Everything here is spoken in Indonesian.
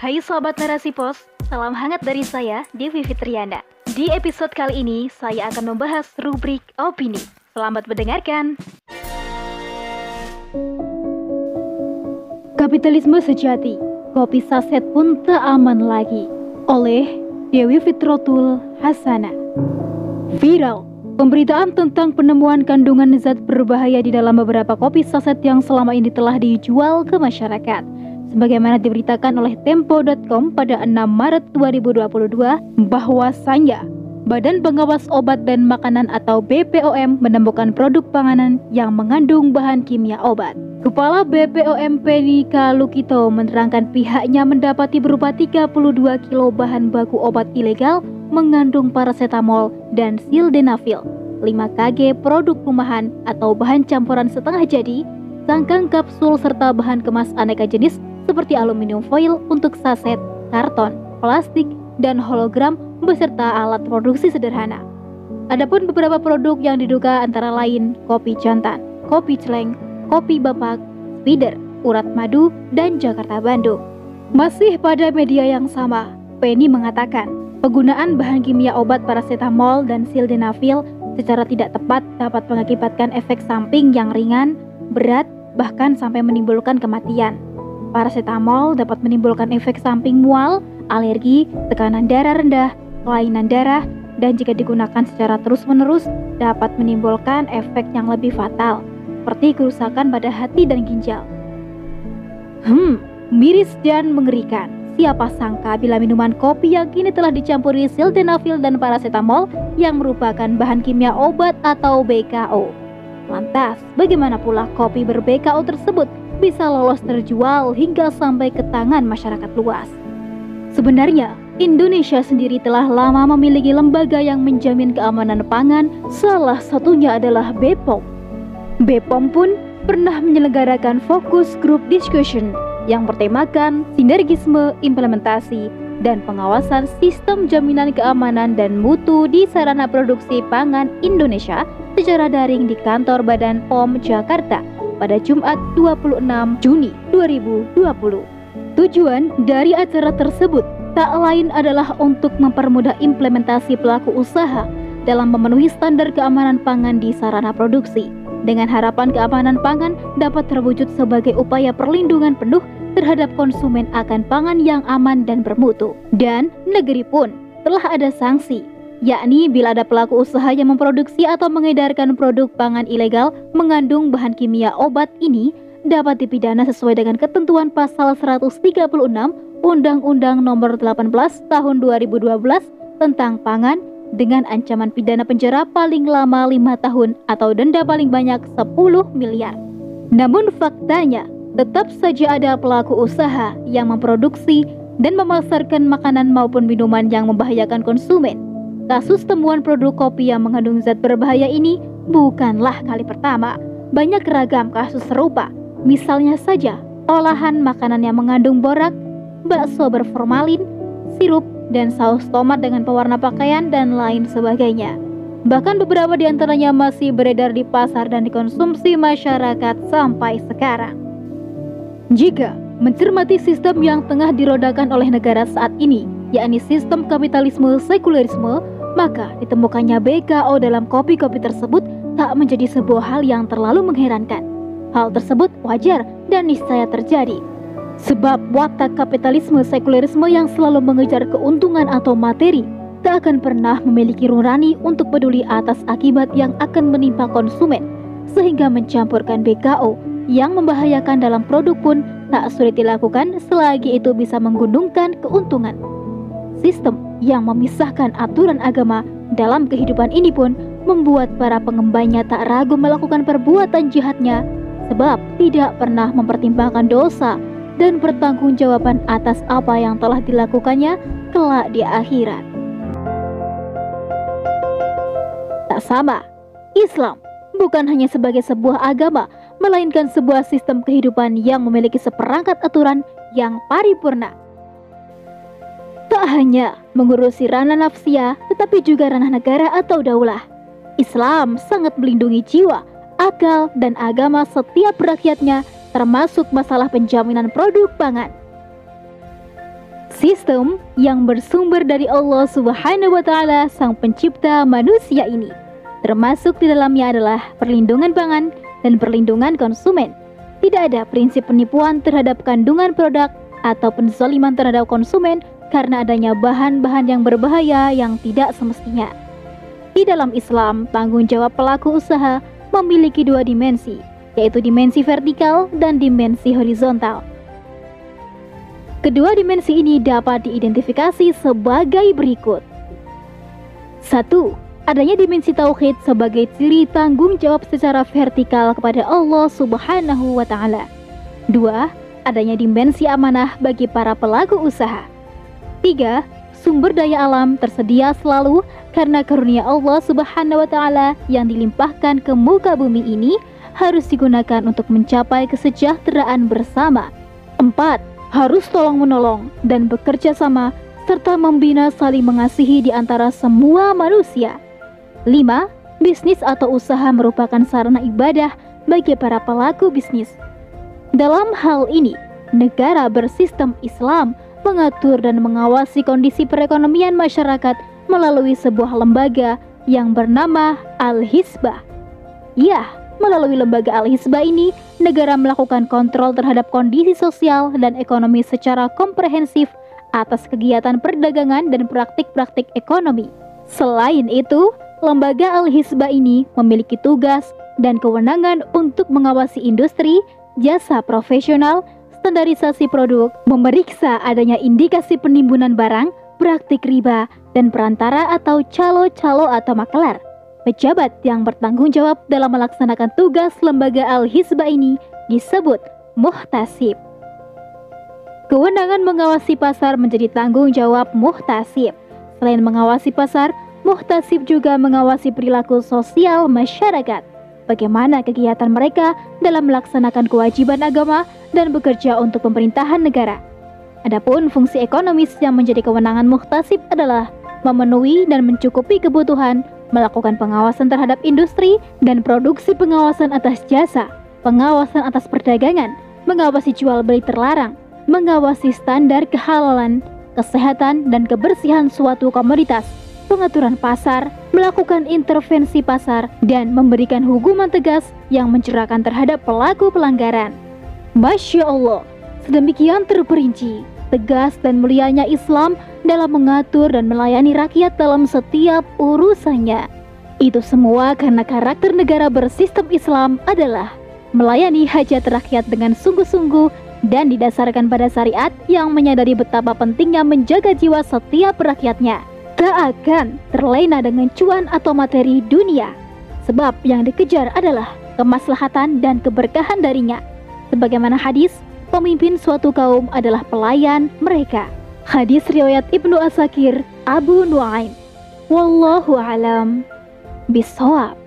Hai Sobat Narasi Pos, salam hangat dari saya, Devi Fitriana. Di episode kali ini, saya akan membahas rubrik opini. Selamat mendengarkan. Kapitalisme sejati, kopi saset pun tak aman lagi. Oleh Dewi Fitrotul Hasana. Viral, pemberitaan tentang penemuan kandungan zat berbahaya di dalam beberapa kopi saset yang selama ini telah dijual ke masyarakat. Sebagaimana diberitakan oleh Tempo.com pada 6 Maret 2022 bahwasannya Badan Pengawas Obat dan Makanan atau BPOM menemukan produk panganan yang mengandung bahan kimia obat. Kepala BPOM Penny Kalukito menerangkan pihaknya mendapati berupa 32 kilo bahan baku obat ilegal mengandung paracetamol dan sildenafil, 5 kg produk rumahan atau bahan campuran setengah jadi, sangkang kapsul serta bahan kemas aneka jenis seperti aluminium foil untuk saset, karton, plastik, dan hologram beserta alat produksi sederhana. Adapun beberapa produk yang diduga antara lain kopi jantan, kopi celeng, kopi bapak, spider, urat madu, dan Jakarta Bandung. Masih pada media yang sama, Penny mengatakan penggunaan bahan kimia obat paracetamol dan sildenafil secara tidak tepat dapat mengakibatkan efek samping yang ringan, berat, bahkan sampai menimbulkan kematian. Paracetamol dapat menimbulkan efek samping mual, alergi, tekanan darah rendah, kelainan darah, dan jika digunakan secara terus-menerus dapat menimbulkan efek yang lebih fatal, seperti kerusakan pada hati dan ginjal. Miris dan mengerikan. Siapa sangka bila minuman kopi yang kini telah dicampuri sildenafil dan paracetamol yang merupakan bahan kimia obat atau BKO. Lantas, bagaimana pula kopi ber-BKO tersebut bisa lolos terjual hingga sampai ke tangan masyarakat luas? Sebenarnya, Indonesia sendiri telah lama memiliki lembaga yang menjamin keamanan pangan, salah satunya adalah BPOM. BPOM pun pernah menyelenggarakan fokus group discussion yang bertemakan sinergisme implementasi dan pengawasan sistem jaminan keamanan dan mutu di sarana produksi pangan Indonesia secara daring di kantor Badan POM Jakarta pada Jumat 26 Juni 2020. Tujuan dari acara tersebut tak lain adalah untuk mempermudah implementasi pelaku usaha dalam memenuhi standar keamanan pangan di sarana produksi, dengan harapan keamanan pangan dapat terwujud sebagai upaya perlindungan penuh terhadap konsumen akan pangan yang aman dan bermutu. Dan negeri pun telah ada sanksi, yakni bila ada pelaku usaha yang memproduksi atau mengedarkan produk pangan ilegal mengandung bahan kimia obat ini dapat dipidana sesuai dengan ketentuan pasal 136 Undang-Undang Nomor 18 Tahun 2012 tentang pangan dengan ancaman pidana penjara paling lama 5 tahun atau denda paling banyak 10 miliar. Namun faktanya, tetap saja ada pelaku usaha yang memproduksi dan memasarkan makanan maupun minuman yang membahayakan konsumen. Kasus temuan produk kopi yang mengandung zat berbahaya ini bukanlah kali pertama. Banyak ragam kasus serupa. Misalnya saja, olahan makanan yang mengandung borak, bakso berformalin, sirup, dan saus tomat dengan pewarna pakaian, dan lain sebagainya. Bahkan beberapa di antaranya masih beredar di pasar dan dikonsumsi masyarakat sampai sekarang. Jika mencermati sistem yang tengah dirodakan oleh negara saat ini, yakni sistem kapitalisme sekulerisme, maka ditemukannya BKO dalam kopi-kopi tersebut tak menjadi sebuah hal yang terlalu mengherankan. Hal tersebut wajar dan niscaya terjadi. Sebab watak kapitalisme sekulerisme yang selalu mengejar keuntungan atau materi tak akan pernah memiliki nurani untuk peduli atas akibat yang akan menimpa konsumen, sehingga mencampurkan BKO yang membahayakan dalam produk pun tak sulit dilakukan selagi itu bisa menggunungkan keuntungan. Sistem yang memisahkan aturan agama dalam kehidupan ini pun membuat para pengembangnya tak ragu melakukan perbuatan jahatnya, sebab tidak pernah mempertimbangkan dosa dan pertanggungjawaban atas apa yang telah dilakukannya kelak di akhirat. Tak sama, Islam bukan hanya sebagai sebuah agama, melainkan sebuah sistem kehidupan yang memiliki seperangkat aturan yang paripurna. Tak hanya mengurusi ranah nafsia, tetapi juga ranah negara atau daulah. Islam sangat melindungi jiwa, akal, dan agama setiap rakyatnya, termasuk masalah penjaminan produk pangan. Sistem yang bersumber dari Allah Subhanahu wa Ta'ala, Sang Pencipta manusia ini. Termasuk di dalamnya adalah perlindungan pangan dan perlindungan konsumen. Tidak ada prinsip penipuan terhadap kandungan produk atau penzaliman terhadap konsumen karena adanya bahan-bahan yang berbahaya yang tidak semestinya. Di dalam Islam, tanggung jawab pelaku usaha memiliki dua dimensi, yaitu dimensi vertikal dan dimensi horizontal. Kedua dimensi ini dapat diidentifikasi sebagai berikut. 1. Adanya dimensi tauhid sebagai ciri tanggung jawab secara vertikal kepada Allah Subhanahu wa Ta'ala. 2. Adanya dimensi amanah bagi para pelaku usaha. 3. Sumber daya alam tersedia selalu karena karunia Allah Subhanahu wa Ta'ala yang dilimpahkan ke muka bumi ini harus digunakan untuk mencapai kesejahteraan bersama. 4. Harus tolong-menolong dan bekerja sama serta membina saling mengasihi di antara semua manusia. 5. Bisnis atau usaha merupakan sarana ibadah bagi para pelaku bisnis. Dalam hal ini, negara bersistem Islam mengatur dan mengawasi kondisi perekonomian masyarakat melalui sebuah lembaga yang bernama Al-Hisbah. Ya, melalui lembaga Al-Hisbah ini, negara melakukan kontrol terhadap kondisi sosial dan ekonomi secara komprehensif atas kegiatan perdagangan dan praktik-praktik ekonomi. Selain itu, lembaga Al-Hisbah ini memiliki tugas dan kewenangan untuk mengawasi industri, jasa profesional, standarisasi produk, memeriksa adanya indikasi penimbunan barang, praktik riba, dan perantara atau calo-calo atau makelar. Pejabat yang bertanggung jawab dalam melaksanakan tugas lembaga Al-Hisbah ini disebut muhtasib. Kewenangan mengawasi pasar menjadi tanggung jawab muhtasib. Selain mengawasi pasar, muhtasib juga mengawasi perilaku sosial masyarakat. Bagaimana kegiatan mereka dalam melaksanakan kewajiban agama dan bekerja untuk pemerintahan negara. Adapun fungsi ekonomis yang menjadi kewenangan muhtasib adalah memenuhi dan mencukupi kebutuhan, melakukan pengawasan terhadap industri dan produksi, pengawasan atas jasa, pengawasan atas perdagangan, mengawasi jual beli terlarang, mengawasi standar kehalalan, kesehatan dan kebersihan suatu komoditas, pengaturan pasar, melakukan intervensi pasar, dan memberikan hukuman tegas yang mencerahkan terhadap pelaku pelanggaran. Masya Allah, sedemikian terperinci, tegas dan mulianya Islam dalam mengatur dan melayani rakyat dalam setiap urusannya. Itu semua karena karakter negara bersistem Islam adalah melayani hajat rakyat dengan sungguh-sungguh dan didasarkan pada syariat yang menyadari betapa pentingnya menjaga jiwa setiap rakyatnya. Tak akan terlena dengan cuan atau materi dunia, sebab yang dikejar adalah kemaslahatan dan keberkahan darinya. Sebagaimana hadis, pemimpin suatu kaum adalah pelayan mereka. Hadis riwayat Ibnu Asakir, Abu Nuaim. Wallahu alam bishawab.